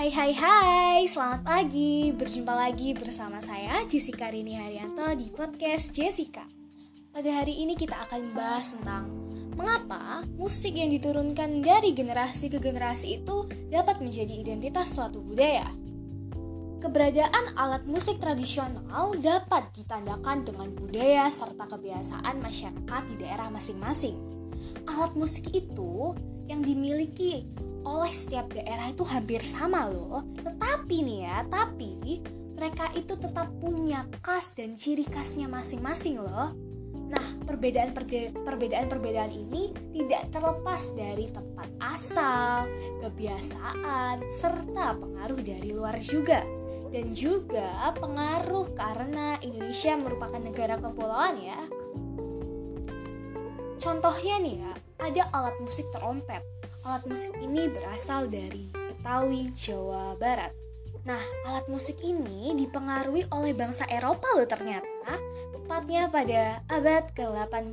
Hai, selamat pagi. Berjumpa lagi bersama saya Jessica Rini Haryanto di podcast Jessica. Pada hari ini kita akan membahas tentang mengapa musik yang diturunkan dari generasi ke generasi itu dapat menjadi identitas suatu budaya. Keberadaan alat musik tradisional dapat ditandakan dengan budaya serta kebiasaan masyarakat di daerah masing-masing. Alat musik itu yang dimiliki oleh setiap daerah itu hampir sama loh. Tetapi mereka itu tetap punya khas dan ciri khasnya masing-masing loh. Nah, perbedaan ini tidak terlepas dari tempat asal, kebiasaan, serta pengaruh dari luar juga. Dan juga pengaruh karena Indonesia merupakan negara kepulauan ya. Contohnya nih ya, ada alat musik trompet. Alat musik ini berasal dari Betawi, Jawa Barat. Nah, alat musik ini dipengaruhi oleh bangsa Eropa loh ternyata, tepatnya pada abad ke-18.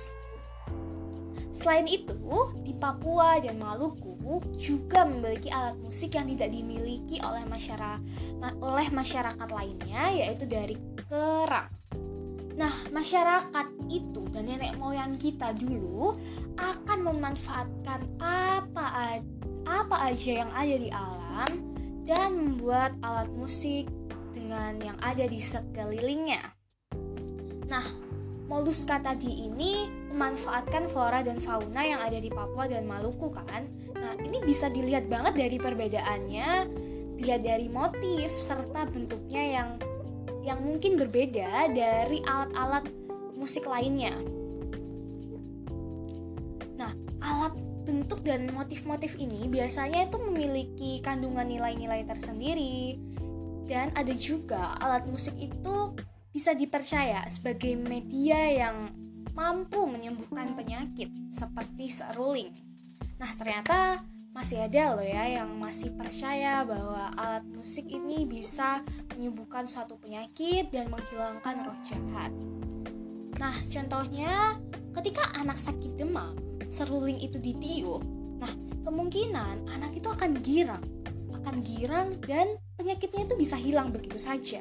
Selain itu, di Papua dan Maluku juga memiliki alat musik yang tidak dimiliki oleh masyarakat lainnya, yaitu dari kerang. Nah, masyarakat itu dan nenek moyang kita dulu akan memanfaatkan apa aja yang ada di alam dan membuat alat musik dengan yang ada di sekelilingnya. Nah, Moluska tadi ini memanfaatkan flora dan fauna yang ada di Papua dan Maluku kan. Nah, ini bisa dilihat banget dari perbedaannya, dilihat dari motif serta bentuknya yang mungkin berbeda dari alat-alat musik lainnya. Nah, alat bentuk dan motif-motif ini biasanya itu memiliki kandungan nilai-nilai tersendiri. Dan ada juga alat musik itu bisa dipercaya sebagai media yang mampu menyembuhkan penyakit seperti seruling. Nah, ternyata masih ada loh ya yang masih percaya bahwa alat musik ini bisa menyembuhkan suatu penyakit dan menghilangkan roh jahat. Nah, contohnya ketika anak sakit demam, seruling itu ditiup, nah kemungkinan anak itu akan girang dan penyakitnya itu bisa hilang begitu saja.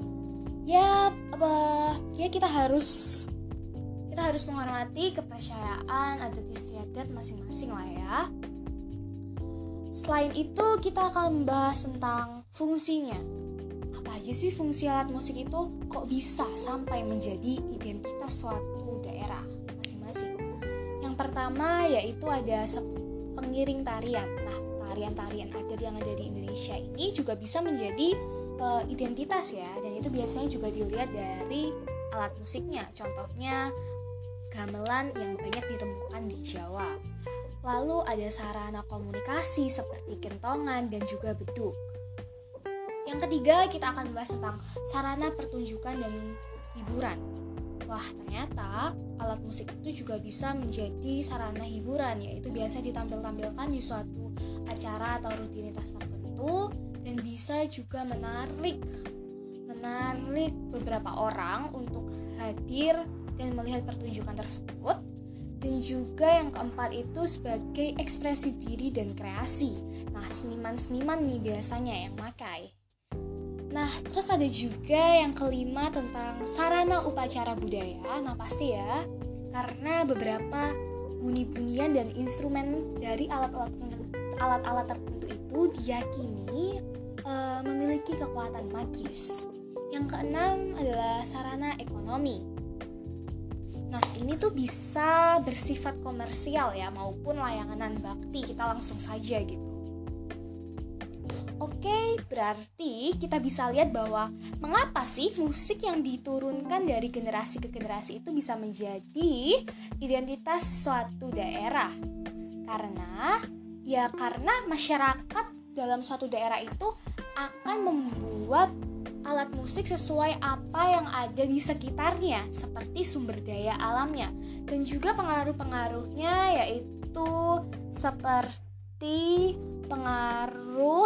Ya kita harus menghormati kepercayaan adat istiadat masing-masing lah ya. Selain itu, kita akan membahas tentang fungsinya. Apa aja sih fungsi alat musik itu? Kok bisa sampai menjadi identitas suatu daerah masing-masing? Yang pertama yaitu ada pengiring tarian. Nah, tarian-tarian adat yang ada di Indonesia ini juga bisa menjadi identitas ya. Dan itu biasanya juga dilihat dari alat musiknya. Contohnya gamelan yang banyak ditemukan di Jawa. Lalu ada sarana komunikasi seperti kentongan dan juga beduk. Yang ketiga, kita akan membahas tentang sarana pertunjukan dan hiburan. Wah, ternyata alat musik itu juga bisa menjadi sarana hiburan, yaitu biasa ditampilkan di suatu acara atau rutinitas tertentu dan bisa juga menarik beberapa orang untuk hadir dan melihat pertunjukan tersebut. Dan juga yang keempat itu sebagai ekspresi diri dan kreasi. Nah, seniman-seniman nih biasanya yang pakai. Nah, terus ada juga yang kelima tentang sarana upacara budaya. Nah, pasti ya, karena beberapa bunyi-bunyian dan instrumen dari alat-alat tertentu itu diyakini memiliki kekuatan magis. Yang keenam adalah sarana ekonomi. Nah, ini tuh bisa bersifat komersial ya, maupun layanan bakti, kita langsung saja gitu. Oke, berarti kita bisa lihat bahwa mengapa sih musik yang diturunkan dari generasi ke generasi itu bisa menjadi identitas suatu daerah. Karena masyarakat dalam suatu daerah itu akan membuat alat musik sesuai apa yang ada di sekitarnya, seperti sumber daya alamnya. Dan juga pengaruh-pengaruhnya yaitu seperti pengaruh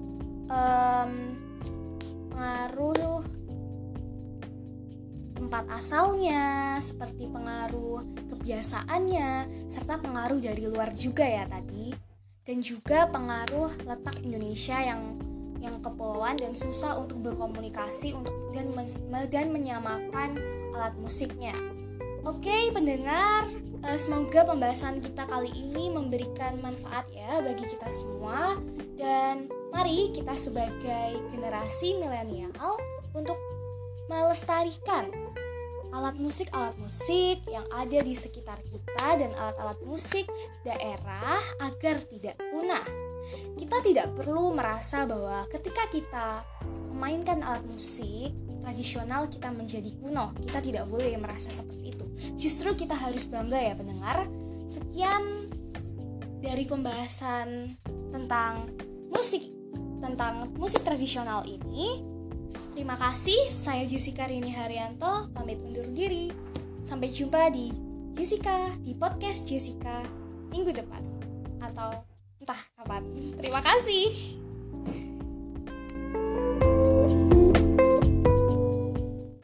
tempat asalnya, seperti pengaruh kebiasaannya, serta pengaruh dari luar juga ya tadi. dan juga pengaruh letak Indonesia yang kepulauan dan susah untuk berkomunikasi dan menyamakan alat musiknya. Oke pendengar, semoga pembahasan kita kali ini memberikan manfaat ya bagi kita semua. Dan mari kita sebagai generasi milenial untuk melestarikan alat musik yang ada di sekitar kita dan alat-alat musik daerah agar tidak punah. Kita tidak perlu merasa bahwa ketika kita memainkan alat musik tradisional kita menjadi kuno. Kita tidak boleh merasa seperti itu. Justru kita harus bangga ya pendengar. Sekian dari pembahasan tentang musik tradisional ini. Terima kasih, saya Jessica Rini Haryanto, pamit undur diri. Sampai jumpa di podcast Jessica minggu depan atau entah kapan. Terima kasih.